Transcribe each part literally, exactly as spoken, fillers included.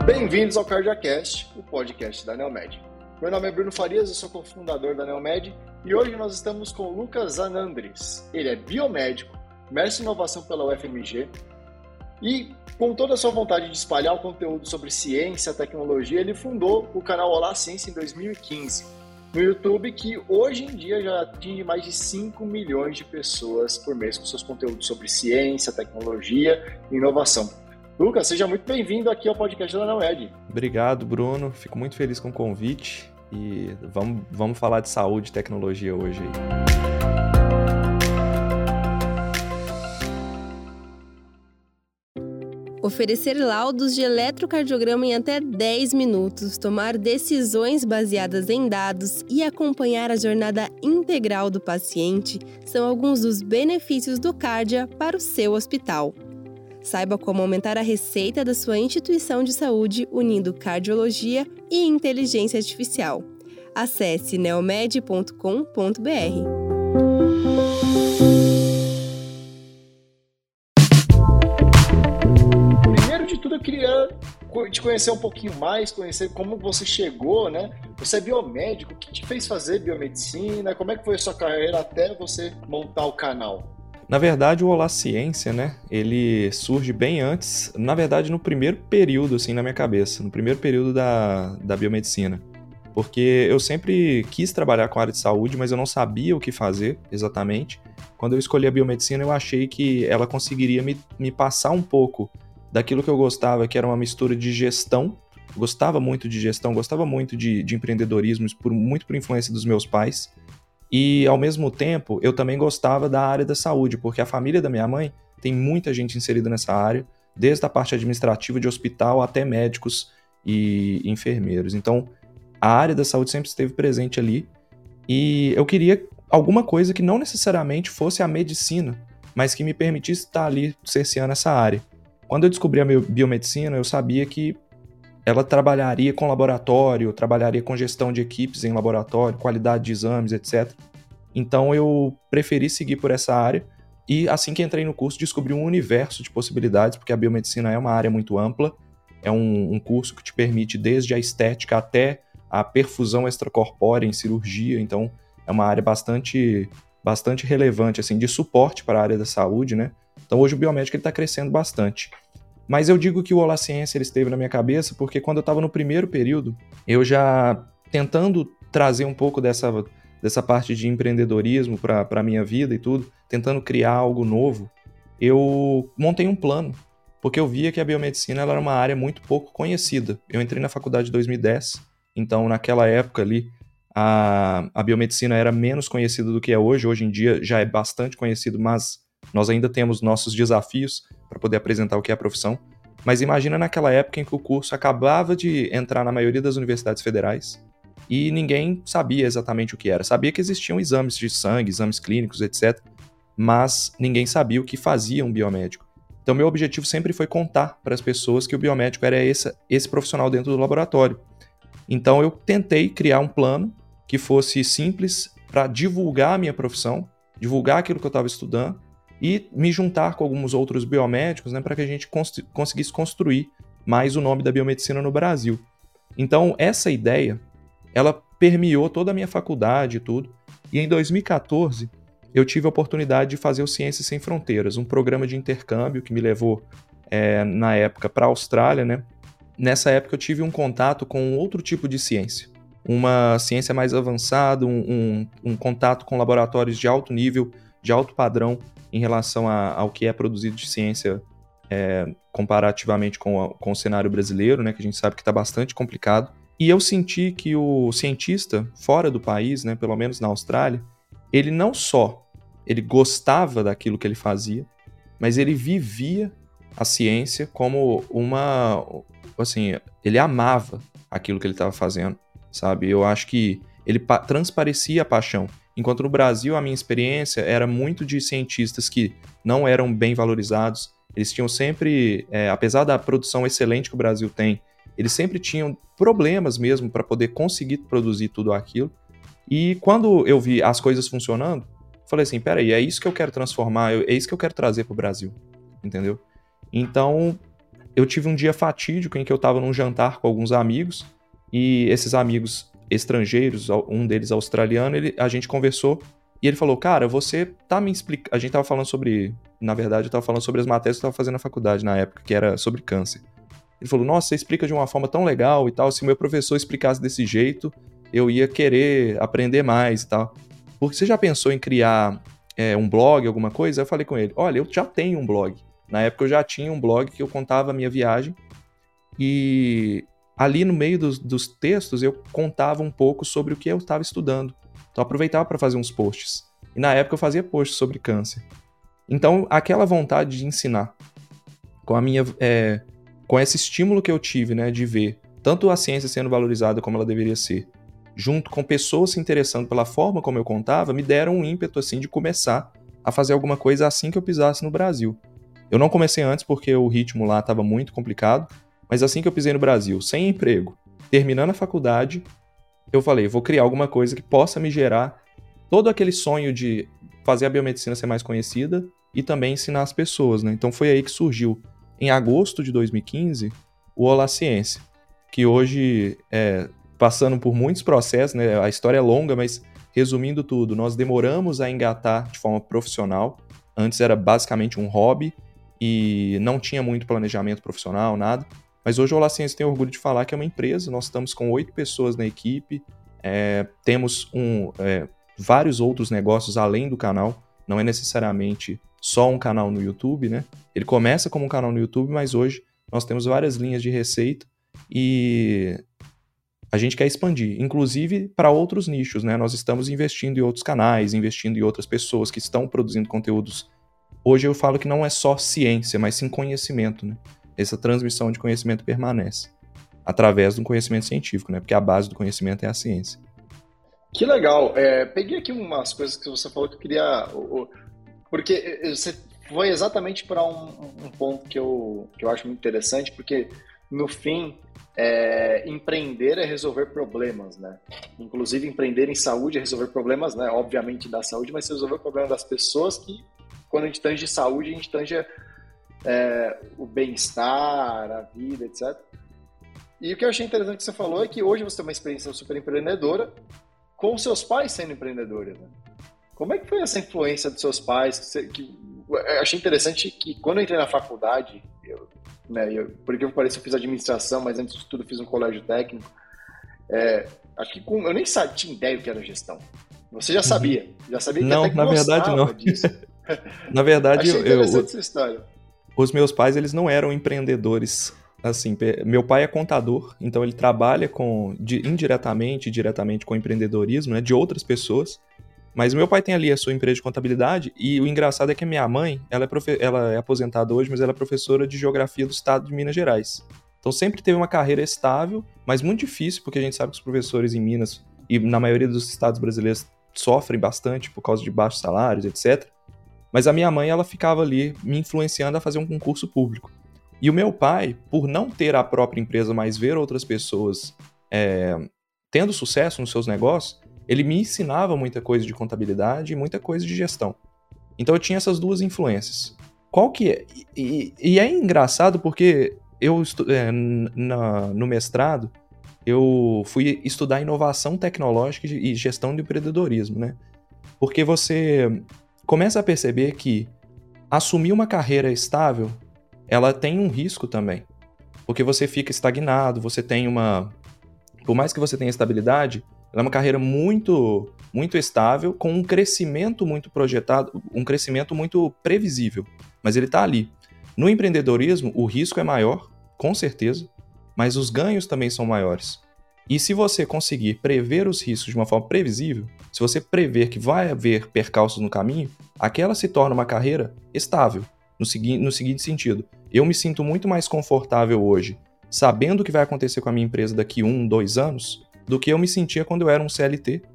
Bem-vindos ao CardiaCast, o podcast da Neomed. Meu nome é Bruno Farias, eu sou cofundador da Neomed e hoje nós estamos com o Lucas Anandres. Ele é biomédico, mestre em inovação pela U F M G e, com toda a sua vontade de espalhar o conteúdo sobre ciência e tecnologia, ele fundou o canal Olá Ciência em dois mil e quinze, no YouTube, que hoje em dia já atinge mais de cinco milhões de pessoas por mês com seus conteúdos sobre ciência, tecnologia e inovação. Lucas, seja muito bem-vindo aqui ao podcast da Neomed. Obrigado, Bruno. Fico muito feliz com o convite e vamos, vamos falar de saúde e tecnologia hoje aí. Oferecer laudos de eletrocardiograma em até dez minutos, tomar decisões baseadas em dados e acompanhar a jornada integral do paciente são alguns dos benefícios do Cardia para o seu hospital. Saiba como aumentar a receita da sua instituição de saúde unindo cardiologia e inteligência artificial. Acesse neomed ponto com ponto b r. Primeiro de tudo, eu queria te conhecer um pouquinho mais, conhecer como você chegou, né? Você é biomédico, o que te fez fazer biomedicina? Como é que foi a sua carreira até você montar o canal? Na verdade, o Olá Ciência, né, ele surge bem antes, na verdade, no primeiro período, assim, na minha cabeça, no primeiro período da, da biomedicina. Porque eu sempre quis trabalhar com a área de saúde, mas eu não sabia o que fazer exatamente. Quando eu escolhi a biomedicina, eu achei que ela conseguiria me, me passar um pouco daquilo que eu gostava, que era uma mistura de gestão. Gostava muito de gestão, gostava muito de, de empreendedorismo, por, muito por influência dos meus pais. E, ao mesmo tempo, eu também gostava da área da saúde, porque a família da minha mãe tem muita gente inserida nessa área, desde a parte administrativa de hospital até médicos e enfermeiros. Então, a área da saúde sempre esteve presente ali e eu queria alguma coisa que não necessariamente fosse a medicina, mas que me permitisse estar ali cerceando essa área. Quando eu descobri a biomedicina, eu sabia que ela trabalharia com laboratório, trabalharia com gestão de equipes em laboratório, qualidade de exames, etcétera. Então eu preferi seguir por essa área e assim que entrei no curso descobri um universo de possibilidades, porque a biomedicina é uma área muito ampla, é um, um curso que te permite desde a estética até a perfusão extracorpórea em cirurgia, então é uma área bastante, bastante relevante assim, de suporte para a área da saúde, né? Então hoje o biomédico está crescendo bastante. Mas eu digo que o Olá Ciência ele esteve na minha cabeça porque quando eu estava no primeiro período, eu já tentando trazer um pouco dessa, dessa parte de empreendedorismo para a minha vida e tudo, tentando criar algo novo, eu montei um plano, porque eu via que a biomedicina ela era uma área muito pouco conhecida. Eu entrei na faculdade em dois mil e dez, então naquela época ali a, a biomedicina era menos conhecida do que é hoje, hoje em dia já é bastante conhecido, mas nós ainda temos nossos desafios para poder apresentar o que é a profissão, mas imagina naquela época em que o curso acabava de entrar na maioria das universidades federais e ninguém sabia exatamente o que era. Sabia que existiam exames de sangue, exames clínicos, etcétera, mas ninguém sabia o que fazia um biomédico. Então meu objetivo sempre foi contar para as pessoas que o biomédico era esse, esse profissional dentro do laboratório. Então eu tentei criar um plano que fosse simples para divulgar a minha profissão, divulgar aquilo que eu estava estudando, e me juntar com alguns outros biomédicos, né, para que a gente cons- conseguisse construir mais o nome da biomedicina no Brasil. Então, essa ideia, ela permeou toda a minha faculdade e tudo, e em dois mil e catorze eu tive a oportunidade de fazer o Ciências Sem Fronteiras, um programa de intercâmbio que me levou, é, na época, para a Austrália, né? Nessa época eu tive um contato com outro tipo de ciência, uma ciência mais avançada, um, um, um contato com laboratórios de alto nível, de alto padrão, em relação a, ao que é produzido de ciência é, comparativamente com, a, com o cenário brasileiro, né, que a gente sabe que está bastante complicado. E eu senti que o cientista fora do país, né, pelo menos na Austrália, ele não só ele gostava daquilo que ele fazia, mas ele vivia a ciência como uma... assim, ele amava aquilo que ele estava fazendo, sabe? Eu acho que ele pa- transparecia a paixão. Enquanto no Brasil a minha experiência era muito de cientistas que não eram bem valorizados, eles tinham sempre, é, apesar da produção excelente que o Brasil tem, eles sempre tinham problemas mesmo para poder conseguir produzir tudo aquilo. E quando eu vi as coisas funcionando, falei assim, peraí, é isso que eu quero transformar, é isso que eu quero trazer para o Brasil, entendeu? Então, eu tive um dia fatídico em que eu estava num jantar com alguns amigos, e esses amigos estrangeiros, um deles australiano, ele, a gente conversou, e ele falou, cara, você tá me explicando... A gente tava falando sobre... Na verdade, eu tava falando sobre as matérias que eu tava fazendo na faculdade na época, que era sobre câncer. Ele falou, nossa, você explica de uma forma tão legal e tal, se o meu professor explicasse desse jeito, eu ia querer aprender mais e tal. Porque você já pensou em criar é, um blog, alguma coisa? Eu falei com ele, olha, eu já tenho um blog. Na época eu já tinha um blog que eu contava a minha viagem, e ali no meio dos, dos textos eu contava um pouco sobre o que eu estava estudando. Então eu aproveitava para fazer uns posts. E na época eu fazia posts sobre câncer. Então aquela vontade de ensinar, com a minha, é, com esse estímulo que eu tive, né, de ver tanto a ciência sendo valorizada como ela deveria ser, junto com pessoas se interessando pela forma como eu contava, me deram um ímpeto assim de começar a fazer alguma coisa assim que eu pisasse no Brasil. Eu não comecei antes porque o ritmo lá estava muito complicado, mas assim que eu pisei no Brasil, sem emprego, terminando a faculdade, eu falei, vou criar alguma coisa que possa me gerar todo aquele sonho de fazer a biomedicina ser mais conhecida e também ensinar as pessoas, né? Então foi aí que surgiu, em agosto de dois mil e quinze, o Olá Ciência, que hoje, é, passando por muitos processos, né? A história é longa, mas resumindo tudo, nós demoramos a engatar de forma profissional. Antes era basicamente um hobby e não tinha muito planejamento profissional, nada. Mas hoje o Olá Ciência tem orgulho de falar que é uma empresa, nós estamos com oito pessoas na equipe, é, temos um, é, vários outros negócios além do canal, não é necessariamente só um canal no YouTube, né? Ele começa como um canal no YouTube, mas hoje nós temos várias linhas de receita e a gente quer expandir, inclusive para outros nichos, né? Nós estamos investindo em outros canais, investindo em outras pessoas que estão produzindo conteúdos. Hoje eu falo que não é só ciência, mas sim conhecimento, né? Essa transmissão de conhecimento permanece através do conhecimento científico, né? Porque a base do conhecimento é a ciência. Que legal. É, peguei aqui umas coisas que você falou que eu queria... Porque você foi exatamente para um, um ponto que eu, que eu acho muito interessante, porque, no fim, é, empreender é resolver problemas, né? Inclusive, empreender em saúde é resolver problemas, né? Obviamente, da saúde, mas resolver o problema das pessoas que, quando a gente tange saúde, a gente tange... É, o bem-estar, a vida, etcétera. E o que eu achei interessante que você falou é que hoje você tem uma experiência super empreendedora com seus pais sendo empreendedores, né? Como é que foi essa influência dos seus pais? Que você, que, eu achei interessante que quando eu entrei na faculdade, eu, né, eu, por que eu pareço, eu fiz administração, mas antes de tudo fiz um colégio técnico. É, acho que com, eu nem sabia, tinha ideia do que era gestão. Você já sabia, já sabia que não, até que na verdade não. Disso. Na verdade, achei interessante eu, essa história. Os meus pais, eles não eram empreendedores, assim, meu pai é contador, então ele trabalha com, de, indiretamente e diretamente com empreendedorismo, né, de outras pessoas, mas o meu pai tem ali a sua empresa de contabilidade, e o engraçado é que a minha mãe, ela é, profe- ela é aposentada hoje, mas ela é professora de geografia do estado de Minas Gerais. Então sempre teve uma carreira estável, mas muito difícil, porque a gente sabe que os professores em Minas, e na maioria dos estados brasileiros, sofrem bastante por causa de baixos salários, etcétera. Mas a minha mãe, ela ficava ali me influenciando a fazer um concurso público. E o meu pai, por não ter a própria empresa, mas ver outras pessoas é, tendo sucesso nos seus negócios, ele me ensinava muita coisa de contabilidade e muita coisa de gestão. Então eu tinha essas duas influências. Qual que é? E, e é engraçado porque eu, estu, é, na, no mestrado, eu fui estudar inovação tecnológica e gestão de empreendedorismo, né? Porque você... começa a perceber que assumir uma carreira estável, ela tem um risco também. Porque você fica estagnado, você tem uma... Por mais que você tenha estabilidade, ela é uma carreira muito, muito estável, com um crescimento muito projetado, um crescimento muito previsível. Mas ele está ali. No empreendedorismo, o risco é maior, com certeza, mas os ganhos também são maiores. E se você conseguir prever os riscos de uma forma previsível, se você prever que vai haver percalços no caminho, aquela se torna uma carreira estável, no, segui- no seguinte sentido. Eu me sinto muito mais confortável hoje, sabendo o que vai acontecer com a minha empresa daqui um, dois anos, do que eu me sentia quando eu era um C L T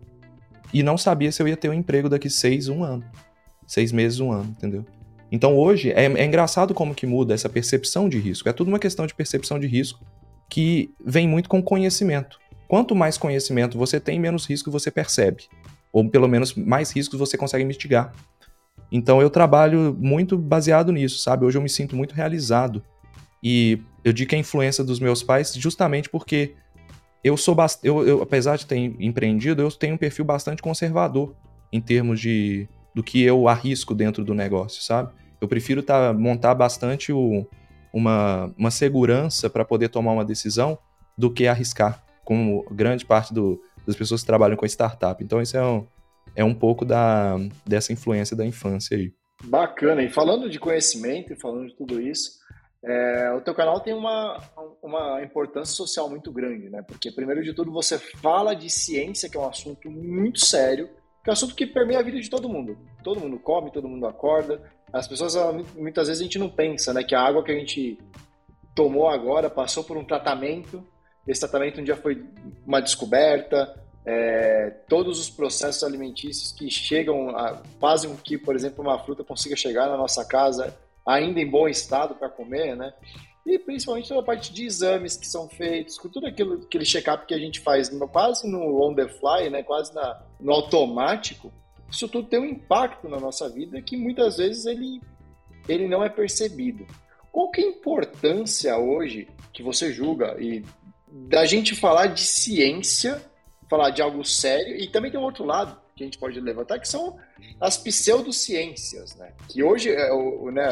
e não sabia se eu ia ter um emprego daqui seis, um ano. Seis meses, um ano, entendeu? Então hoje, é, é engraçado como que muda essa percepção de risco. É tudo uma questão de percepção de risco que vem muito com conhecimento. Quanto mais conhecimento você tem, menos risco você percebe. Ou pelo menos mais riscos você consegue mitigar. Então eu trabalho muito baseado nisso, sabe? Hoje eu me sinto muito realizado. E eu digo que a influência dos meus pais justamente porque eu sou bast... eu, eu, apesar de ter empreendido, eu tenho um perfil bastante conservador em termos de do que eu arrisco dentro do negócio, sabe? Eu prefiro tá, montar bastante o, uma, uma segurança para poder tomar uma decisão do que arriscar, como grande parte do, das pessoas que trabalham com startup. Então, isso é um, é um pouco da, dessa influência da infância aí. Bacana. E falando de conhecimento e falando de tudo isso, é, o teu canal tem uma, uma importância social muito grande, né? Porque, primeiro de tudo, você fala de ciência, que é um assunto muito sério, que é um assunto que permeia a vida de todo mundo. Todo mundo come, todo mundo acorda. As pessoas, muitas vezes, a gente não pensa, né? Que a água que a gente tomou agora passou por um tratamento. Esse tratamento um dia foi uma descoberta. É, todos os processos alimentícios que chegam, a, fazem com que, por exemplo, uma fruta consiga chegar na nossa casa ainda em bom estado para comer, né? E principalmente toda a parte de exames que são feitos, com tudo aquilo, aquele check-up que a gente faz no, quase no on the fly, né? Quase na, no automático. Isso tudo tem um impacto na nossa vida que muitas vezes ele, ele não é percebido. Qual que é a importância hoje que você julga e da gente falar de ciência, falar de algo sério, e também tem um outro lado que a gente pode levantar, que são as pseudociências, né? Que hoje é o, né, a,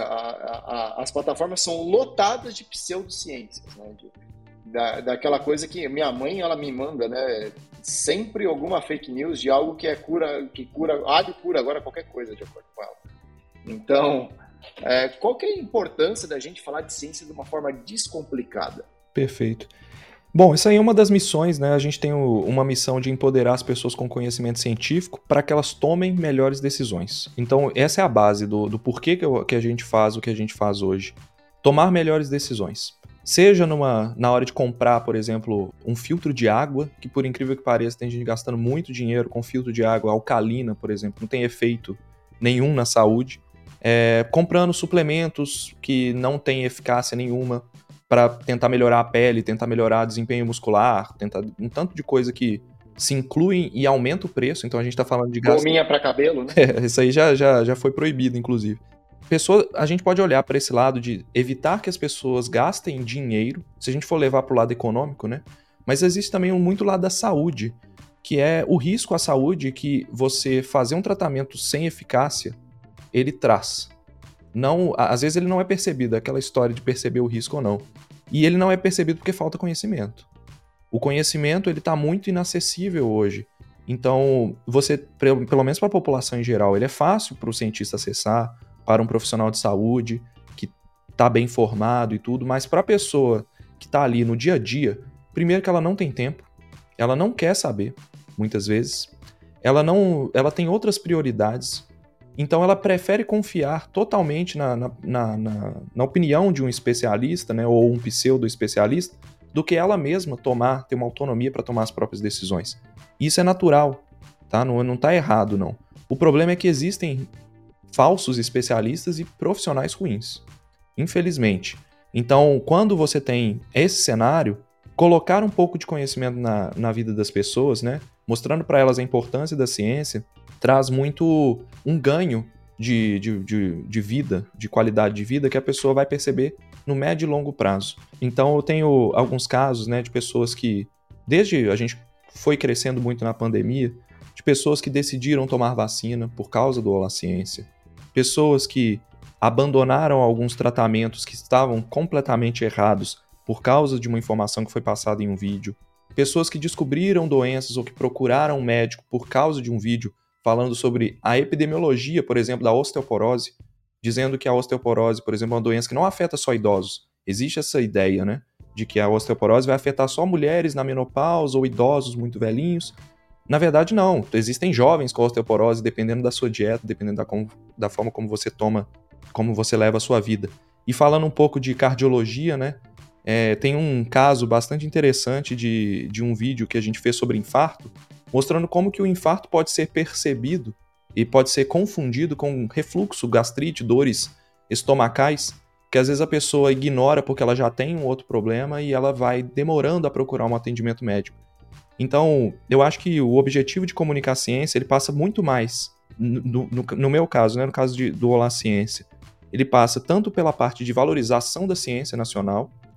a, as plataformas são lotadas de pseudociências, né? De, da, daquela coisa que minha mãe, ela me manda, né? Sempre alguma fake news de algo que é cura, que cura, alho cura agora qualquer coisa, de acordo com ela. Então, é, qual que é a importância da gente falar de ciência de uma forma descomplicada? Perfeito. Bom, isso aí é uma das missões, né? A gente tem o, uma missão de empoderar as pessoas com conhecimento científico para que elas tomem melhores decisões. Então, essa é a base do, do porquê que, eu, que a gente faz o que a gente faz hoje. Tomar melhores decisões. Seja numa, na hora de comprar, por exemplo, um filtro de água, que por incrível que pareça, tem gente gastando muito dinheiro com filtro de água alcalina, por exemplo, não tem efeito nenhum na saúde. É, comprando suplementos que não têm eficácia nenhuma, para tentar melhorar a pele, tentar melhorar o desempenho muscular, tentar um tanto de coisa que se inclui e aumenta o preço. Então a gente está falando de gasto... Gominha para cabelo, né? É, isso aí já, já, já foi proibido, inclusive. Pessoa, a gente pode olhar para esse lado de evitar que as pessoas gastem dinheiro, se a gente for levar para o lado econômico, né? Mas existe também um muito lado da saúde, que é o risco à saúde que você fazer um tratamento sem eficácia, ele traz. Não, às vezes ele não é percebido, aquela história de perceber o risco ou não. E ele não é percebido porque falta conhecimento. O conhecimento ele está muito inacessível hoje. Então, você, pelo menos para a população em geral, ele é fácil para o cientista acessar, para um profissional de saúde que está bem formado e tudo, mas para a pessoa que está ali no dia a dia, primeiro que ela não tem tempo, ela não quer saber, muitas vezes, ela, não, ela tem outras prioridades. Então ela prefere confiar totalmente na, na, na, na, na opinião de um especialista, né, ou um pseudo-especialista, do que ela mesma tomar, ter uma autonomia para tomar as próprias decisões. Isso é natural, tá? Não, não tá errado, não. O problema é que existem falsos especialistas e profissionais ruins, infelizmente. Então, quando você tem esse cenário, colocar um pouco de conhecimento na, na vida das pessoas, né, mostrando para elas a importância da ciência, traz muito um ganho de, de, de, de vida, de qualidade de vida, que a pessoa vai perceber no médio e longo prazo. Então eu tenho alguns casos, né, de pessoas que, desde a gente foi crescendo muito na pandemia, de pessoas que decidiram tomar vacina por causa do Olá Ciência, pessoas que abandonaram alguns tratamentos que estavam completamente errados por causa de uma informação que foi passada em um vídeo, pessoas que descobriram doenças ou que procuraram um médico por causa de um vídeo falando sobre a epidemiologia, por exemplo, da osteoporose, dizendo que a osteoporose, por exemplo, é uma doença que não afeta só idosos. Existe essa ideia, né, de que a osteoporose vai afetar só mulheres na menopausa ou idosos muito velhinhos. Na verdade, não. Existem jovens com osteoporose, dependendo da sua dieta, dependendo da, como, da forma como você toma, como você leva a sua vida. E falando um pouco de cardiologia, né, é, tem um caso bastante interessante de, de um vídeo que a gente fez sobre infarto, mostrando como que o infarto pode ser percebido e pode ser confundido com refluxo, gastrite, dores estomacais, que às vezes a pessoa ignora porque ela já tem um outro problema e ela vai demorando a procurar um atendimento médico. Então, eu acho que o objetivo de comunicar ciência, ele passa muito mais, no, no, no meu caso, né, no caso de, do Olá Ciência, ele passa tanto pela parte de valorização da ciência nacional,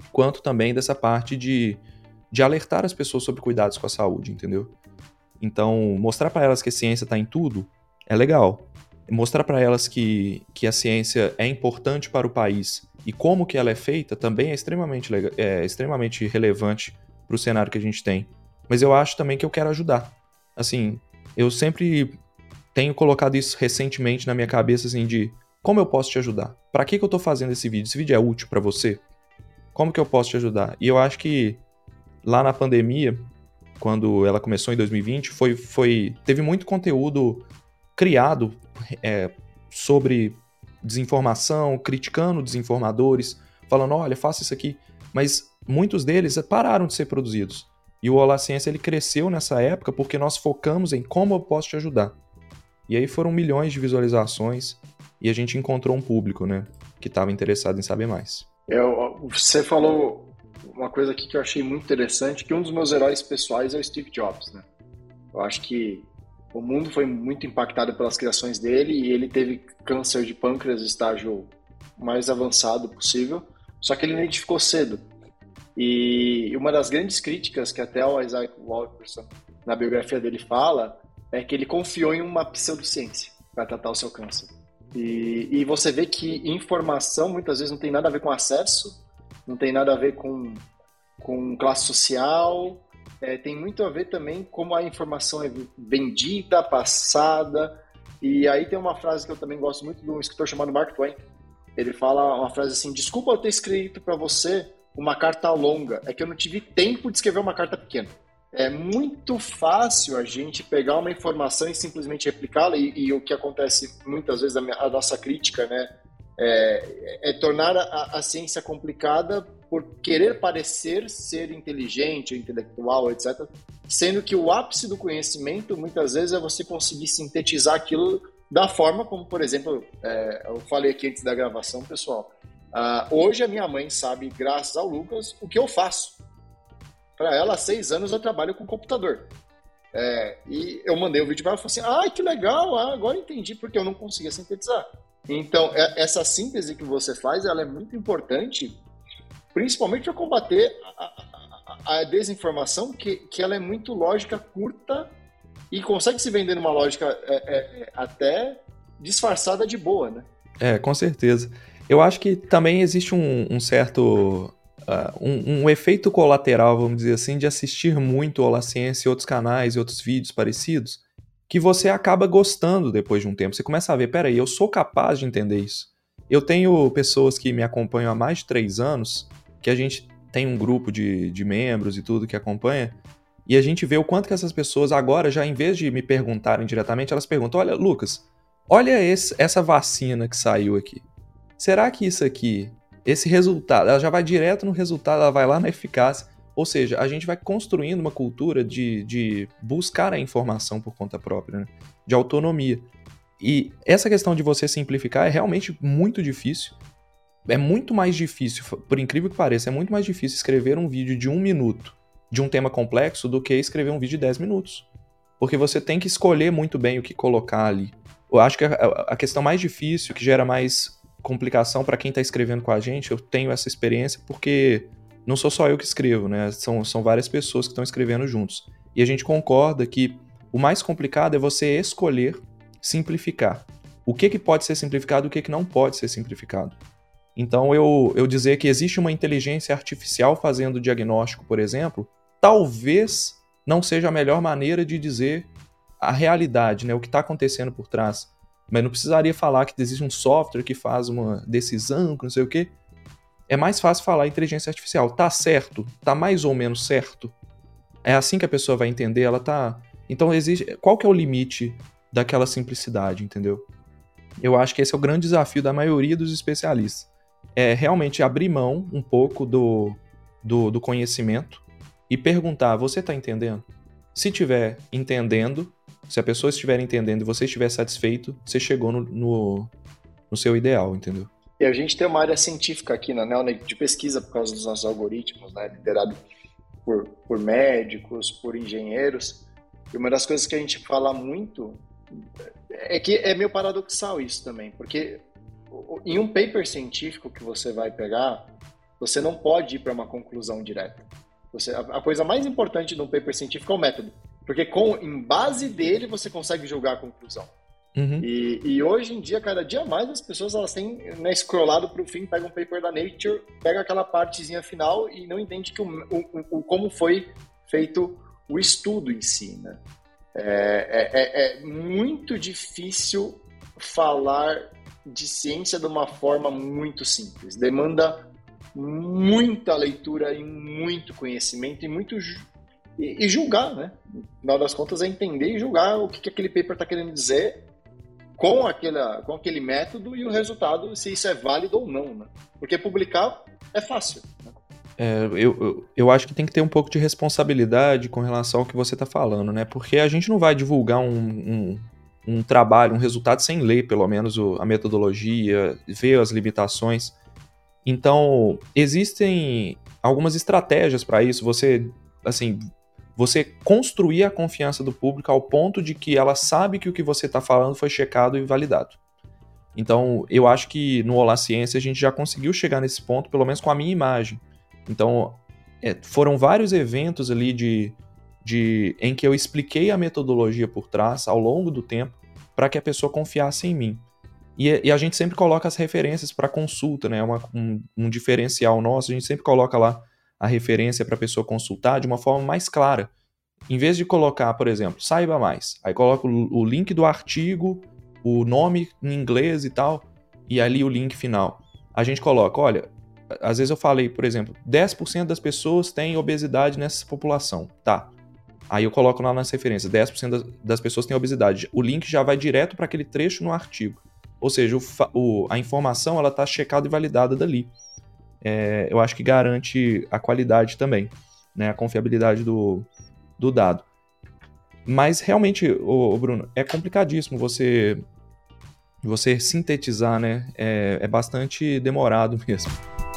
quanto também dessa parte de, de alertar as pessoas sobre cuidados com a saúde, entendeu? Então, mostrar para elas que a ciência está em tudo é legal. Mostrar para elas que, que a ciência é importante para o país e como que ela é feita também é extremamente, legal, é extremamente relevante para o cenário que a gente tem. Mas eu acho também que eu quero ajudar. Assim, eu sempre tenho colocado isso recentemente na minha cabeça, assim, de como eu posso te ajudar? Para que que eu estou fazendo esse vídeo? Esse vídeo é útil para você? Como que eu posso te ajudar? E eu acho que lá na pandemia, quando ela começou em dois mil e vinte, foi, foi, teve muito conteúdo criado é, sobre desinformação, criticando desinformadores, falando, olha, faça isso aqui. Mas muitos deles pararam de ser produzidos. E o Olá Ciência ele cresceu nessa época porque nós focamos em como eu posso te ajudar. E aí foram milhões de visualizações e a gente encontrou um público, né, que estava interessado em saber mais. Eu, você falou uma coisa aqui que eu achei muito interessante, que um dos meus heróis pessoais é o Steve Jobs, né? Eu acho que o mundo foi muito impactado pelas criações dele e ele teve câncer de pâncreas, estágio mais avançado possível, só que ele identificou cedo. E uma das grandes críticas que até o Isaac Walkerson, na biografia dele, fala, é que ele confiou em uma pseudociência para tratar o seu câncer. E, e você vê que informação muitas vezes não tem nada a ver com acesso, não tem nada a ver com, com classe social, é, tem muito a ver também como a informação é vendida, passada. E aí tem uma frase que eu também gosto muito de um escritor chamado Mark Twain. Ele fala uma frase assim, desculpa eu ter escrito para você uma carta longa, é que eu não tive tempo de escrever uma carta pequena. É muito fácil a gente pegar uma informação e simplesmente replicá-la, e, e o que acontece muitas vezes, a, minha, a nossa crítica, né, é, é tornar a, a ciência complicada por querer parecer ser inteligente, intelectual, etcétera, sendo que o ápice do conhecimento, muitas vezes, é você conseguir sintetizar aquilo da forma como, por exemplo, é, eu falei aqui antes da gravação, pessoal, uh, hoje a minha mãe sabe, graças ao Lucas, o que eu faço. Para ela, há seis anos eu trabalho com computador. É, e eu mandei o um vídeo para ela e falei assim, ah, que legal, ah, agora entendi porque eu não conseguia sintetizar. Então, é, essa síntese que você faz, ela é muito importante, principalmente para combater a, a, a desinformação, que, que ela é muito lógica, curta, e consegue se vender numa lógica é, é, até disfarçada de boa, né? É, com certeza. Eu acho que também existe um, um certo... Uh, um, um efeito colateral, vamos dizer assim, de assistir muito Olá Ciência e outros canais e outros vídeos parecidos, que você acaba gostando depois de um tempo. Você começa a ver, peraí, eu sou capaz de entender isso. Eu tenho pessoas que me acompanham há mais de três anos, que a gente tem um grupo de, de membros e tudo que acompanha, e a gente vê o quanto que essas pessoas agora, já em vez de me perguntarem diretamente, elas perguntam, olha, Lucas, olha esse, essa vacina que saiu aqui. Será que isso aqui... Esse resultado, ela já vai direto no resultado, ela vai lá na eficácia. Ou seja, a gente vai construindo uma cultura de, de buscar a informação por conta própria, né? De autonomia. E essa questão de você simplificar é realmente muito difícil. É muito mais difícil, por incrível que pareça, é muito mais difícil escrever um vídeo de um minuto de um tema complexo do que escrever um vídeo de dez minutos. Porque você tem que escolher muito bem o que colocar ali. Eu acho que a, a questão mais difícil, que gera mais complicação para quem está escrevendo com a gente, eu tenho essa experiência porque não sou só eu que escrevo, né? São, são várias pessoas que estão escrevendo juntos. E a gente concorda que o mais complicado é você escolher simplificar. O que, que pode ser simplificado e o que, que não pode ser simplificado. Então, eu, eu dizer que existe uma inteligência artificial fazendo o diagnóstico, por exemplo, talvez não seja a melhor maneira de dizer a realidade, né? O que está acontecendo por trás. Mas não precisaria falar que existe um software que faz uma decisão, que não sei o quê. É mais fácil falar inteligência artificial. Tá certo? Tá mais ou menos certo? É assim que a pessoa vai entender, ela tá... Então, existe... qual que é o limite daquela simplicidade, entendeu? Eu acho que esse é o grande desafio da maioria dos especialistas. É realmente abrir mão um pouco do, do, do conhecimento e perguntar, você tá entendendo? Se tiver entendendo... Se a pessoa estiver entendendo e você estiver satisfeito, você chegou no, no, no seu ideal, entendeu? E a gente tem uma área científica aqui na Neo de pesquisa por causa dos nossos algoritmos, né? Liderado por, por médicos, por engenheiros. E uma das coisas que a gente fala muito é que é meio paradoxal isso também, porque em um paper científico que você vai pegar, Você não pode ir para uma conclusão direta. Você, a, a coisa mais importante de um paper científico é o método, porque com, em base dele você consegue julgar a conclusão. Uhum. E, e hoje em dia, cada dia mais, as pessoas elas têm, né, scrollado para o fim, pega um paper da Nature, pega aquela partezinha final e não entende que o, o, o, como foi feito o estudo em si, né? É, é, é muito difícil falar de ciência de uma forma muito simples. Demanda muita leitura e muito conhecimento e muito e, e julgar, né? No final das contas é entender e julgar o que, que aquele paper está querendo dizer com, aquela, com aquele método e o resultado, se isso é válido ou não, né? Porque publicar é fácil, né? É, eu, eu, eu acho que tem que ter um pouco de responsabilidade com relação ao que você está falando, né? Porque a gente não vai divulgar um, um, um trabalho, um resultado sem ler, pelo menos, o, a metodologia, ver as limitações. Então, existem algumas estratégias para isso. Você, assim, você construir a confiança do público ao ponto de que ela sabe que o que você está falando foi checado e validado. Então, eu acho que no Olá Ciência a gente já conseguiu chegar nesse ponto, pelo menos com a minha imagem. Então, é, foram vários eventos ali de, de, em que eu expliquei a metodologia por trás, ao longo do tempo, para que a pessoa confiasse em mim. E, e a gente sempre coloca as referências para consulta, né? Uma, um, um diferencial nosso, a gente sempre coloca lá a referência para a pessoa consultar de uma forma mais clara. Em vez de colocar, por exemplo, saiba mais, aí coloca o, o link do artigo, o nome em inglês e tal, e ali o link final. A gente coloca, olha... Às vezes eu falei, por exemplo, dez por cento das pessoas têm obesidade nessa população. Tá. Aí eu coloco lá nas referências, dez por cento das pessoas têm obesidade. O link já vai direto para aquele trecho no artigo. Ou seja, o, o, a informação ela está checada e validada dali. É, eu acho que garante a qualidade também, né, a confiabilidade do, do dado. Mas realmente, ô, ô Bruno, é complicadíssimo você, você sintetizar, né? É, é bastante demorado mesmo.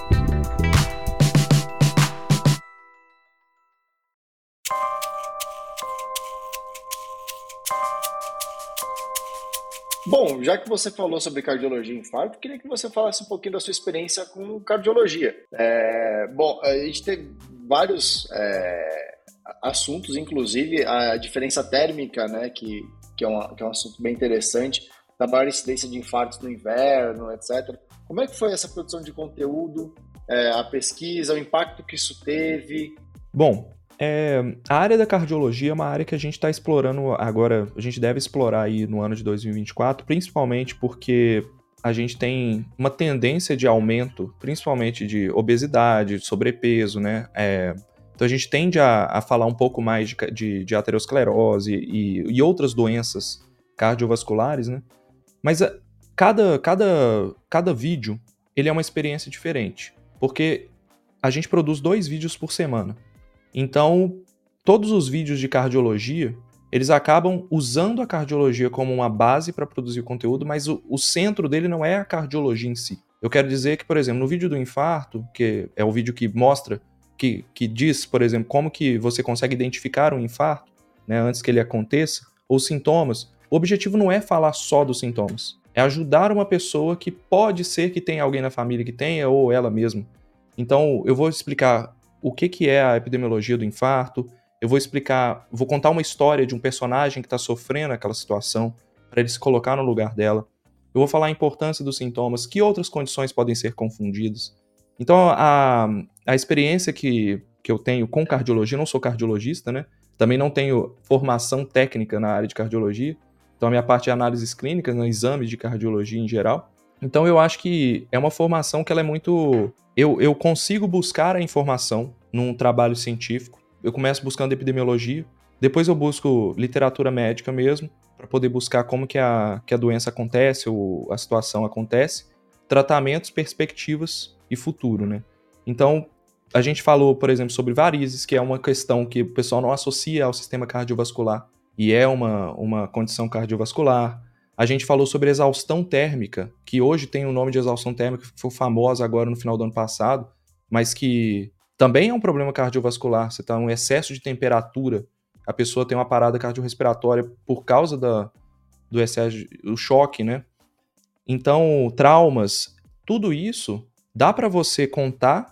Bom, já que você falou sobre cardiologia e infarto, queria que você falasse um pouquinho da sua experiência com cardiologia. É, bom, a gente tem vários é, assuntos, inclusive a diferença térmica, né, que, que, é uma, que é um assunto bem interessante, da maior incidência de infartos no inverno, etcétera. Como é que foi essa produção de conteúdo, é, a pesquisa, o impacto que isso teve? Bom, É, a área da cardiologia é uma área que a gente está explorando agora, a gente deve explorar aí no ano de dois mil e vinte e quatro, principalmente porque a gente tem uma tendência de aumento, principalmente de obesidade, de sobrepeso, né? É, então a gente tende a, a falar um pouco mais de, de, de aterosclerose e, e outras doenças cardiovasculares, né? Mas a, cada, cada, cada vídeo, ele é uma experiência diferente, porque a gente produz dois vídeos por semana. Então, todos os vídeos de cardiologia, eles acabam usando a cardiologia como uma base para produzir conteúdo, mas o, o centro dele não é a cardiologia em si. Eu quero dizer que, por exemplo, no vídeo do infarto, que é o vídeo que mostra, que, que diz, por exemplo, como que você consegue identificar um infarto, né, antes que ele aconteça, ou sintomas, o objetivo não é falar só dos sintomas, é ajudar uma pessoa que pode ser que tenha alguém na família que tenha, ou ela mesma. Então, eu vou explicar o que, que é a epidemiologia do infarto, eu vou explicar, vou contar uma história de um personagem que está sofrendo aquela situação, para ele se colocar no lugar dela. Eu vou falar a importância dos sintomas, que outras condições podem ser confundidas. Então, a, a experiência que, que eu tenho com cardiologia, eu não sou cardiologista, né? Também não tenho formação técnica na área de cardiologia, então a minha parte é análises clínicas, né, exames de cardiologia em geral. Então eu acho que é uma formação que ela é muito... Eu, eu consigo buscar a informação num trabalho científico. Eu começo buscando epidemiologia, depois eu busco literatura médica mesmo, para poder buscar como que a, que a doença acontece, ou a situação acontece, tratamentos, perspectivas e futuro, né? Então, a gente falou, por exemplo, sobre varizes, que é uma questão que o pessoal não associa ao sistema cardiovascular, e é uma, uma condição cardiovascular. A gente falou sobre exaustão térmica, que hoje tem o nome de exaustão térmica, que foi famosa agora no final do ano passado, mas que também é um problema cardiovascular. Você está em um excesso de temperatura, a pessoa tem uma parada cardiorrespiratória por causa da, do excesso, do choque, né? Então, traumas, tudo isso dá para você contar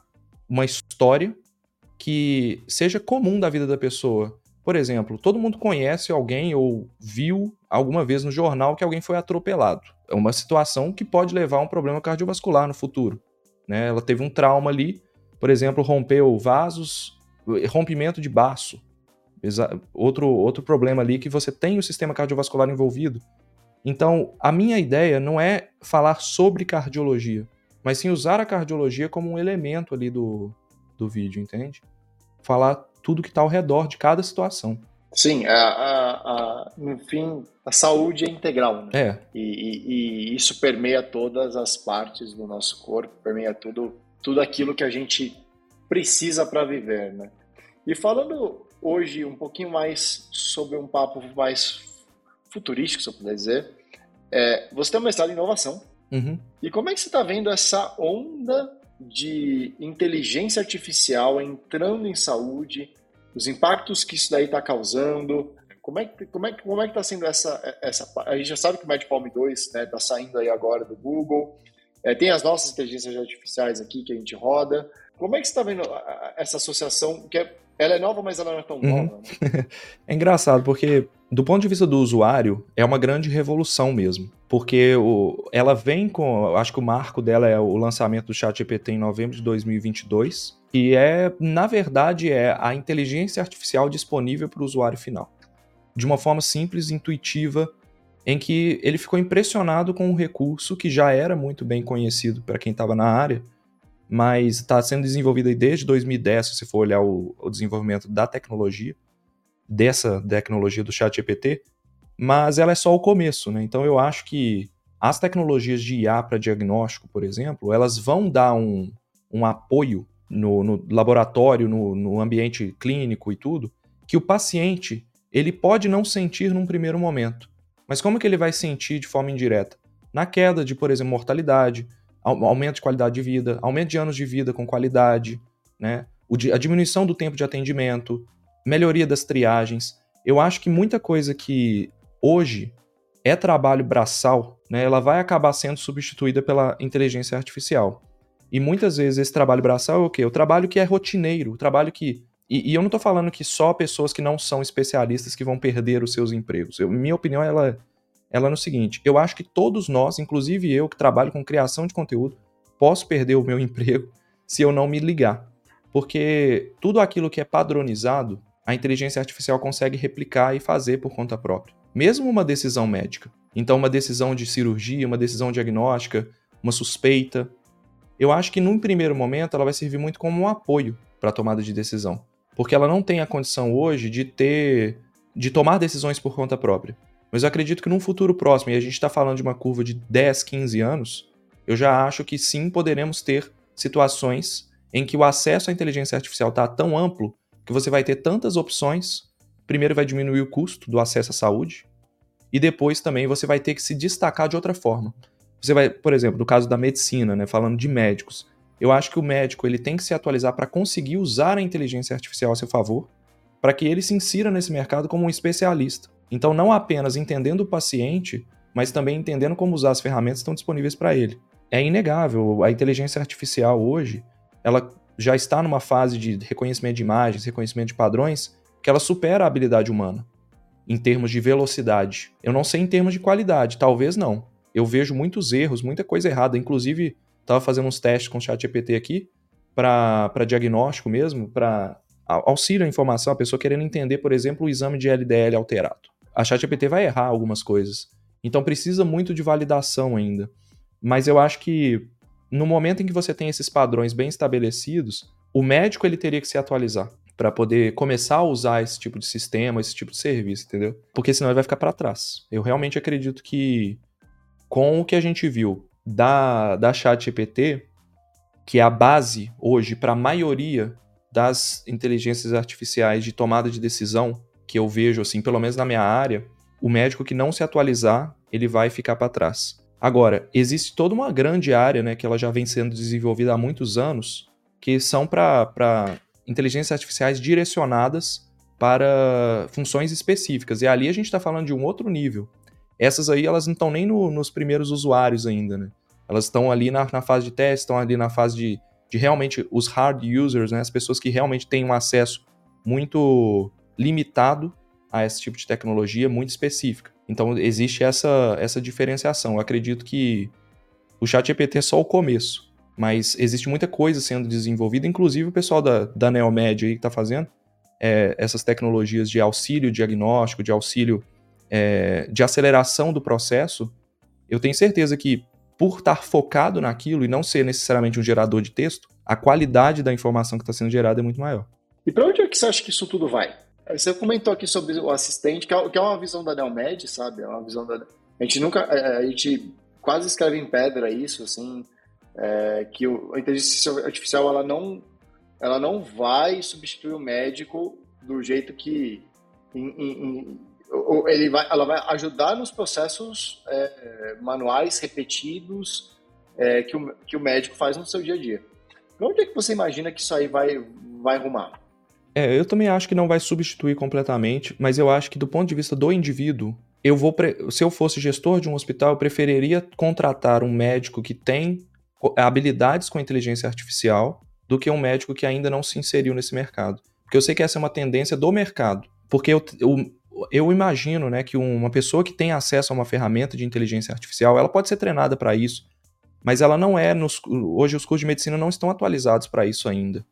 uma história que seja comum da vida da pessoa. Por exemplo, todo mundo conhece alguém ou viu alguma vez no jornal que alguém foi atropelado. É uma situação que pode levar a um problema cardiovascular no futuro, né? Ela teve um trauma ali, por exemplo, rompeu vasos, rompimento de baço. Outro, outro problema ali que você tem o sistema cardiovascular envolvido. Então, a minha ideia não é falar sobre cardiologia, mas sim usar a cardiologia como um elemento ali do, do vídeo, entende? Falar tudo que está ao redor de cada situação. Sim, a, a, a, no fim, a saúde é integral, né? É. E, e, e isso permeia todas as partes do nosso corpo, permeia tudo, tudo aquilo que a gente precisa para viver, né? E falando hoje um pouquinho mais sobre um papo mais futurístico, se eu puder dizer, é, você tem um mestrado em inovação. Uhum. E como é que você está vendo essa onda de inteligência artificial entrando em saúde, os impactos que isso daí está causando? Como é que como é, como é que está sendo essa, essa... A gente já sabe que o MedPalm dois está, né, saindo aí agora do Google. É, tem as nossas inteligências artificiais aqui que a gente roda. Como é que você está vendo essa associação? Que é, ela é nova, mas ela não é tão uhum. nova. Né? É engraçado, porque do ponto de vista do usuário, é uma grande revolução mesmo. Porque o, ela vem com... Acho que o marco dela é o lançamento do ChatGPT em novembro de dois mil e vinte e dois. E é, na verdade, é a inteligência artificial disponível para o usuário final. De uma forma simples, intuitiva, em que ele ficou impressionado com um recurso que já era muito bem conhecido para quem estava na área, mas está sendo desenvolvido aí desde dois mil e dez, se você for olhar o, o desenvolvimento da tecnologia, dessa tecnologia do ChatGPT, mas ela é só o começo, né? Então eu acho que as tecnologias de I A para diagnóstico, por exemplo, elas vão dar um, um apoio no, no laboratório, no, no ambiente clínico e tudo, que o paciente ele pode não sentir num primeiro momento. Mas como que ele vai sentir de forma indireta? Na queda de, por exemplo, mortalidade, aumento de qualidade de vida, aumento de anos de vida com qualidade, né? A diminuição do tempo de atendimento, melhoria das triagens. Eu acho que muita coisa que hoje é trabalho braçal, né, ela vai acabar sendo substituída pela inteligência artificial. E muitas vezes esse trabalho braçal é o quê? O trabalho que é rotineiro, o trabalho que... E, e eu não estou falando que só pessoas que não são especialistas que vão perder os seus empregos. Eu, minha opinião ela, ela é no seguinte, eu acho que todos nós, inclusive eu que trabalho com criação de conteúdo, posso perder o meu emprego se eu não me ligar. Porque tudo aquilo que é padronizado, a inteligência artificial consegue replicar e fazer por conta própria. Mesmo uma decisão médica. Então, uma decisão de cirurgia, uma decisão diagnóstica, uma suspeita. Eu acho que, num primeiro momento, ela vai servir muito como um apoio para a tomada de decisão. Porque ela não tem a condição hoje de ter, de tomar decisões por conta própria. Mas eu acredito que num futuro próximo, e a gente está falando de uma curva de dez, quinze anos, eu já acho que sim, poderemos ter situações em que o acesso à inteligência artificial está tão amplo que você vai ter tantas opções. Primeiro vai diminuir o custo do acesso à saúde e depois também você vai ter que se destacar de outra forma. Você vai, por exemplo, no caso da medicina, né, falando de médicos, eu acho que o médico ele tem que se atualizar para conseguir usar a inteligência artificial a seu favor, para que ele se insira nesse mercado como um especialista. Então, não apenas entendendo o paciente, mas também entendendo como usar as ferramentas que estão disponíveis para ele. É inegável, a inteligência artificial hoje, ela já está numa fase de reconhecimento de imagens, reconhecimento de padrões, que ela supera a habilidade humana, em termos de velocidade. Eu não sei em termos de qualidade, talvez não. Eu vejo muitos erros, muita coisa errada. Inclusive, estava fazendo uns testes com o ChatGPT aqui, para diagnóstico mesmo, para auxílio à informação, a pessoa querendo entender, por exemplo, o exame de L D L alterado. A ChatGPT vai errar algumas coisas. Então precisa muito de validação ainda. Mas eu acho que no momento em que você tem esses padrões bem estabelecidos, o médico ele teria que se atualizar para poder começar a usar esse tipo de sistema, esse tipo de serviço, entendeu? Porque senão ele vai ficar para trás. Eu realmente acredito que com o que a gente viu da, da ChatGPT, que é a base hoje para a maioria das inteligências artificiais de tomada de decisão, que eu vejo, assim, pelo menos na minha área, o médico que não se atualizar, ele vai ficar para trás. Agora, existe toda uma grande área, né, que ela já vem sendo desenvolvida há muitos anos, que são para inteligências artificiais direcionadas para funções específicas. E ali a gente está falando de um outro nível. Essas aí, elas não estão nem no, nos primeiros usuários ainda, né? Elas estão ali na, na fase de teste, estão ali na fase de, de realmente os hard users, né, as pessoas que realmente têm um acesso muito limitado a esse tipo de tecnologia muito específica. Então, existe essa, essa diferenciação. Eu acredito que o ChatGPT é só o começo, mas existe muita coisa sendo desenvolvida, inclusive o pessoal da, da NeoMed aí que está fazendo é, essas tecnologias de auxílio diagnóstico, de auxílio é, de aceleração do processo. Eu tenho certeza que, por estar focado naquilo e não ser necessariamente um gerador de texto, a qualidade da informação que está sendo gerada é muito maior. E para onde é que você acha que isso tudo vai? Você comentou aqui sobre o assistente, que é uma visão da NeoMed, sabe? É uma visão da... A gente nunca... A gente quase escreve em pedra isso, assim, é, que a inteligência artificial, ela não, ela não vai substituir o médico do jeito que... Em, em, em, ele vai, ela vai ajudar nos processos é, manuais repetidos é, que, o, que o médico faz no seu dia a dia. Para onde é que você imagina que isso aí vai, vai arrumar? É, eu também acho que não vai substituir completamente, mas eu acho que do ponto de vista do indivíduo, eu vou pre... se eu fosse gestor de um hospital, eu preferiria contratar um médico que tem habilidades com inteligência artificial do que um médico que ainda não se inseriu nesse mercado. Porque eu sei que essa é uma tendência do mercado. Porque eu, eu, eu imagino, né, que uma pessoa que tem acesso a uma ferramenta de inteligência artificial, ela pode ser treinada para isso, mas ela não é... Nos... Hoje os cursos de medicina não estão atualizados para isso ainda.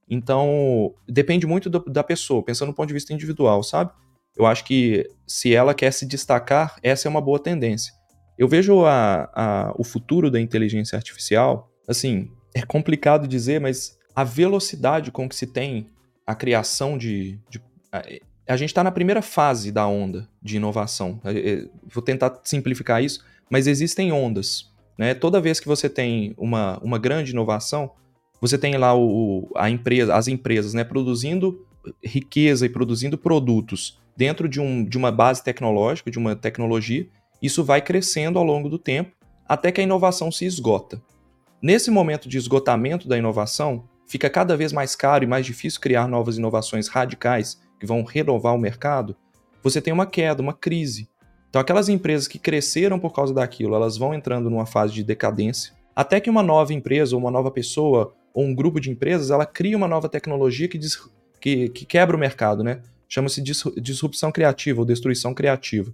Então, depende muito do, da pessoa, pensando do ponto de vista individual, sabe? Eu acho que se ela quer se destacar, essa é uma boa tendência. Eu vejo a, a, o futuro da inteligência artificial, assim, é complicado dizer, mas a velocidade com que se tem a criação de... de a, a gente está na primeira fase da onda de inovação. Vou tentar simplificar isso, mas existem ondas, né? Toda vez que você tem uma, uma grande inovação, você tem lá o, a empresa, as empresas, né, produzindo riqueza e produzindo produtos dentro de, um, de uma base tecnológica, de uma tecnologia. Isso vai crescendo ao longo do tempo, até que a inovação se esgota. Nesse momento de esgotamento da inovação, fica cada vez mais caro e mais difícil criar novas inovações radicais que vão renovar o mercado. Você tem uma queda, uma crise. Então, aquelas empresas que cresceram por causa daquilo, elas vão entrando numa fase de decadência, até que uma nova empresa ou uma nova pessoa ou um grupo de empresas, ela cria uma nova tecnologia que, dis, que, que quebra o mercado, né? Chama-se dis, disrupção criativa ou destruição criativa.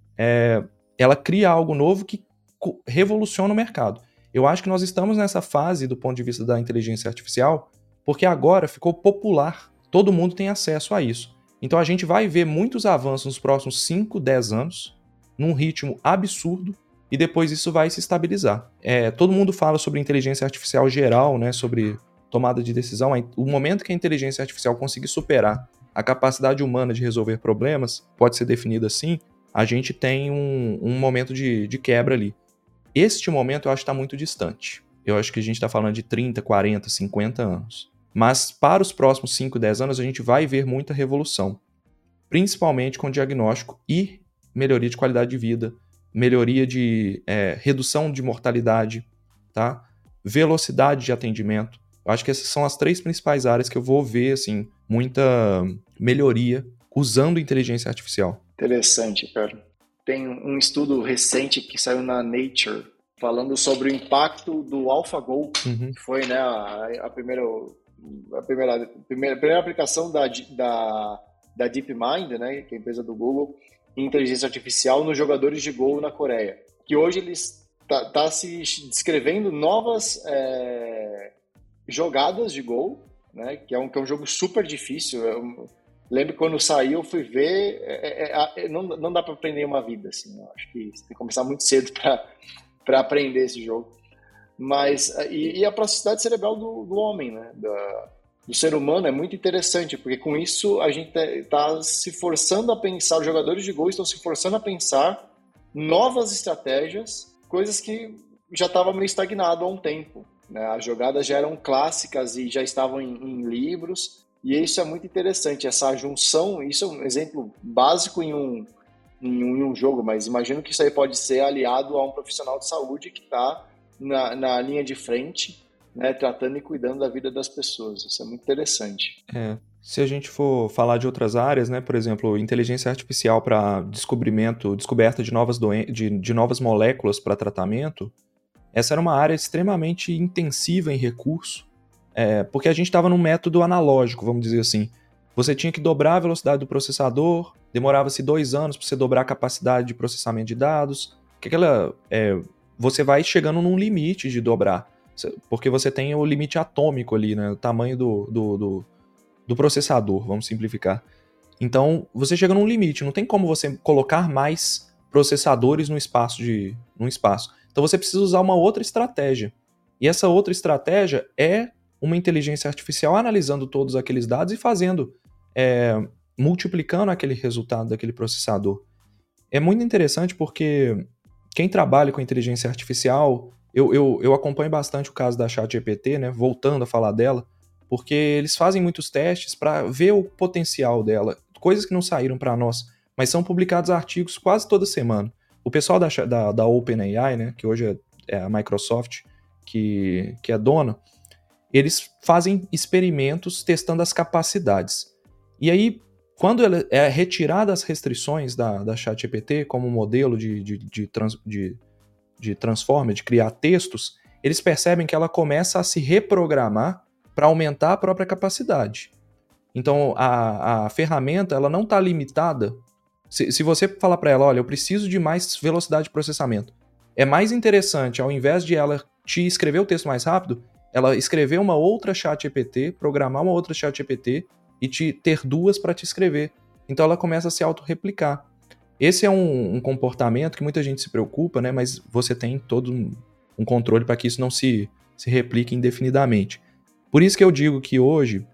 É, ela cria algo novo que revoluciona o mercado. Eu acho que nós estamos nessa fase do ponto de vista da inteligência artificial, porque agora ficou popular, todo mundo tem acesso a isso. Então a gente vai ver muitos avanços nos próximos cinco, dez anos, num ritmo absurdo, e depois isso vai se estabilizar. É, todo mundo fala sobre inteligência artificial geral, né, sobre tomada de decisão. O momento que a inteligência artificial conseguir superar a capacidade humana de resolver problemas, pode ser definido assim, a gente tem um, um momento de, de quebra ali. Este momento eu acho que está muito distante. Eu acho que a gente está falando de trinta, quarenta, cinquenta anos. Mas para os próximos cinco, dez anos a gente vai ver muita revolução. Principalmente com diagnóstico e melhoria de qualidade de vida, melhoria de é, redução de mortalidade, tá? Velocidade de atendimento. Eu acho que essas são as três principais áreas que eu vou ver assim, muita melhoria usando inteligência artificial. Interessante, cara. Tem um estudo recente que saiu na Nature falando sobre o impacto do AlphaGo, uhum. que foi, né, a, a, primeira, a, primeira, a, primeira, a primeira aplicação da, da, da DeepMind, né, que é a empresa do Google, em inteligência artificial nos jogadores de Go na Coreia. Que hoje eles tá, tá se descrevendo novas é, jogadas de Go, né, que é, um, que é um jogo super difícil. Eu lembro que quando saiu, eu fui ver, é, é, é, não, não dá para aprender uma vida, assim. Eu acho que você tem que começar muito cedo para aprender esse jogo. Mas, e, e a plasticidade cerebral do, do homem, né, da, do ser humano é muito interessante, porque com isso a gente está se forçando a pensar, os jogadores de Go estão se forçando a pensar novas estratégias, coisas que já estavam meio estagnado há um tempo, né? As jogadas já eram clássicas e já estavam em, em livros, e isso é muito interessante, essa junção, isso é um exemplo básico em um, em um, em um jogo, mas imagino que isso aí pode ser aliado a um profissional de saúde que está na, na linha de frente, né, tratando e cuidando da vida das pessoas. Isso é muito interessante. É. Se a gente for falar de outras áreas, né, por exemplo, inteligência artificial para descobrimento, descoberta de novas, doen- de, de novas moléculas para tratamento, essa era uma área extremamente intensiva em recurso, É, porque a gente estava num método analógico, vamos dizer assim. Você tinha que dobrar a velocidade do processador, demorava-se dois anos para você dobrar a capacidade de processamento de dados. Que aquela, é, você vai chegando num limite de dobrar, porque você tem o limite atômico ali, né, o tamanho do, do, do, do processador, vamos simplificar. Então, você chega num limite, não tem como você colocar mais processadores no espaço, de, no espaço. Então, você precisa usar uma outra estratégia. E essa outra estratégia é uma inteligência artificial analisando todos aqueles dados e fazendo, é, multiplicando aquele resultado daquele processador. É muito interessante porque quem trabalha com inteligência artificial, eu, eu, eu acompanho bastante o caso da ChatGPT, né, voltando a falar dela, porque eles fazem muitos testes para ver o potencial dela, coisas que não saíram para nós, mas são publicados artigos quase toda semana. O pessoal da, da, da OpenAI, né, que hoje é, é a Microsoft, que, que é dona, eles fazem experimentos testando as capacidades. E aí, quando ela é retirada as restrições da, da ChatGPT como modelo de, de, de, trans, de, de transformer, de criar textos, eles percebem que ela começa a se reprogramar para aumentar a própria capacidade. Então, a, a ferramenta ela não está limitada. Se, se você falar para ela, olha, eu preciso de mais velocidade de processamento, é mais interessante, ao invés de ela te escrever o texto mais rápido, ela escrever uma outra ChatGPT, programar uma outra ChatGPT e te ter duas para te escrever. Então ela começa a se autorreplicar. Esse é um, um comportamento que muita gente se preocupa, né? Mas você tem todo um, um controle para que isso não se, se replique indefinidamente. Por isso que eu digo que hoje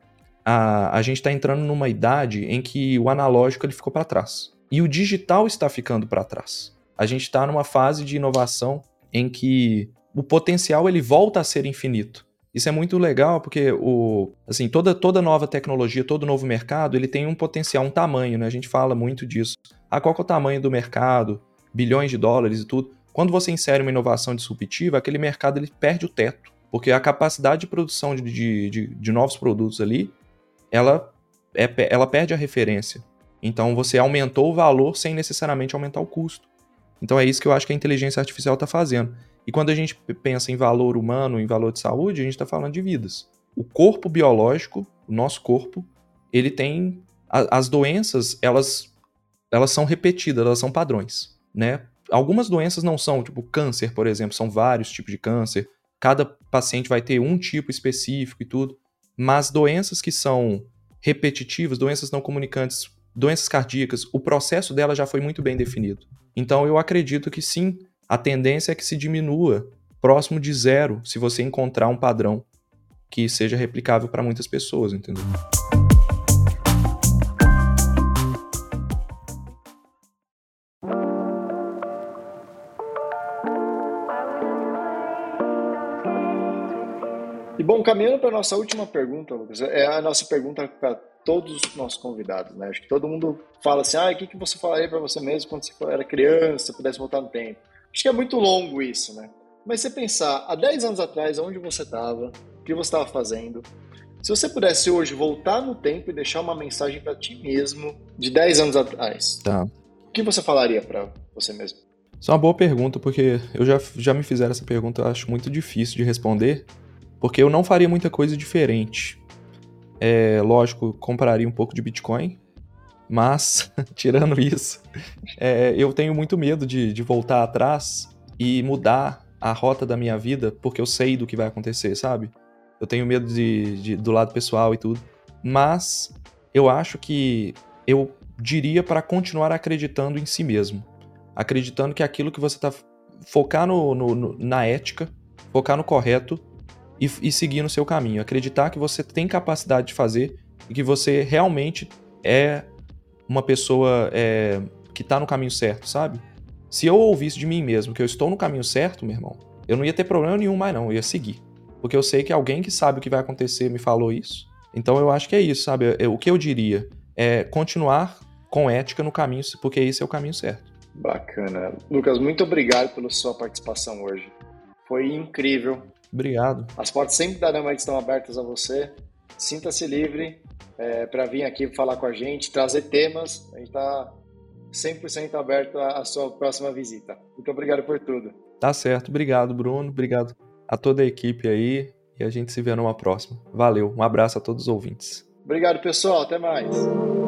a, a gente está entrando numa idade em que o analógico ele ficou para trás. E o digital está ficando para trás. A gente está numa fase de inovação em que o potencial ele volta a ser infinito. Isso é muito legal porque o, assim, toda, toda nova tecnologia, todo novo mercado, ele tem um potencial, um tamanho, né? A gente fala muito disso. Ah, qual que é o tamanho do mercado? Bilhões de dólares e tudo. Quando você insere uma inovação disruptiva, aquele mercado ele perde o teto. Porque a capacidade de produção de, de, de, de novos produtos ali, ela, é, ela perde a referência. Então você aumentou o valor sem necessariamente aumentar o custo. Então é isso que eu acho que a inteligência artificial está fazendo. E quando a gente pensa em valor humano, em valor de saúde, a gente está falando de vidas. O corpo biológico, o nosso corpo, ele tem... A, as doenças, elas, elas são repetidas, elas são padrões, né? Algumas doenças não são, tipo câncer, por exemplo, são vários tipos de câncer. Cada paciente vai ter um tipo específico e tudo. Mas doenças que são repetitivas, doenças não comunicantes, doenças cardíacas, o processo dela já foi muito bem definido. Então eu acredito que sim, a tendência é que se diminua próximo de zero se você encontrar um padrão que seja replicável para muitas pessoas, entendeu? E bom, caminhando para a nossa última pergunta, Lucas, é a nossa pergunta para todos os nossos convidados, né? Acho que todo mundo fala assim, ah, o que, que você falaria para você mesmo quando você era criança, pudesse voltar no tempo? Acho que é muito longo isso, né? Mas você pensar, há dez anos atrás, onde você estava, o que você estava fazendo, se você pudesse hoje voltar no tempo e deixar uma mensagem para ti mesmo de dez anos atrás, tá. O que você falaria para você mesmo? Isso é uma boa pergunta, porque eu já, já me fizeram essa pergunta, eu acho muito difícil de responder, porque eu não faria muita coisa diferente. É, lógico, compraria um pouco de Bitcoin, mas, tirando isso, é, eu tenho muito medo de, de voltar atrás e mudar a rota da minha vida, porque eu sei do que vai acontecer, sabe? Eu tenho medo de, de, do lado pessoal e tudo. Mas eu acho que eu diria para continuar acreditando em si mesmo. Acreditando que aquilo que você está... Focar no, no, no, na ética, focar no correto e, e seguir no seu caminho. Acreditar que você tem capacidade de fazer e que você realmente é uma pessoa é, que tá no caminho certo, sabe? Se eu ouvisse de mim mesmo que eu estou no caminho certo, meu irmão, eu não ia ter problema nenhum mais não, eu ia seguir. Porque eu sei que alguém que sabe o que vai acontecer me falou isso. Então eu acho que é isso, sabe? O que eu diria é continuar com ética no caminho, porque esse é o caminho certo. Bacana. Lucas, muito obrigado pela sua participação hoje. Foi incrível. Obrigado. As portas sempre da NeoMed estão abertas a você. Sinta-se livre é, para vir aqui falar com a gente, trazer temas. A gente está cem por cento aberto à sua próxima visita. Muito obrigado por tudo. Tá certo. Obrigado, Bruno. Obrigado a toda a equipe aí. e a gente se vê numa próxima. Valeu, um abraço a todos os ouvintes. Obrigado, pessoal. Até mais.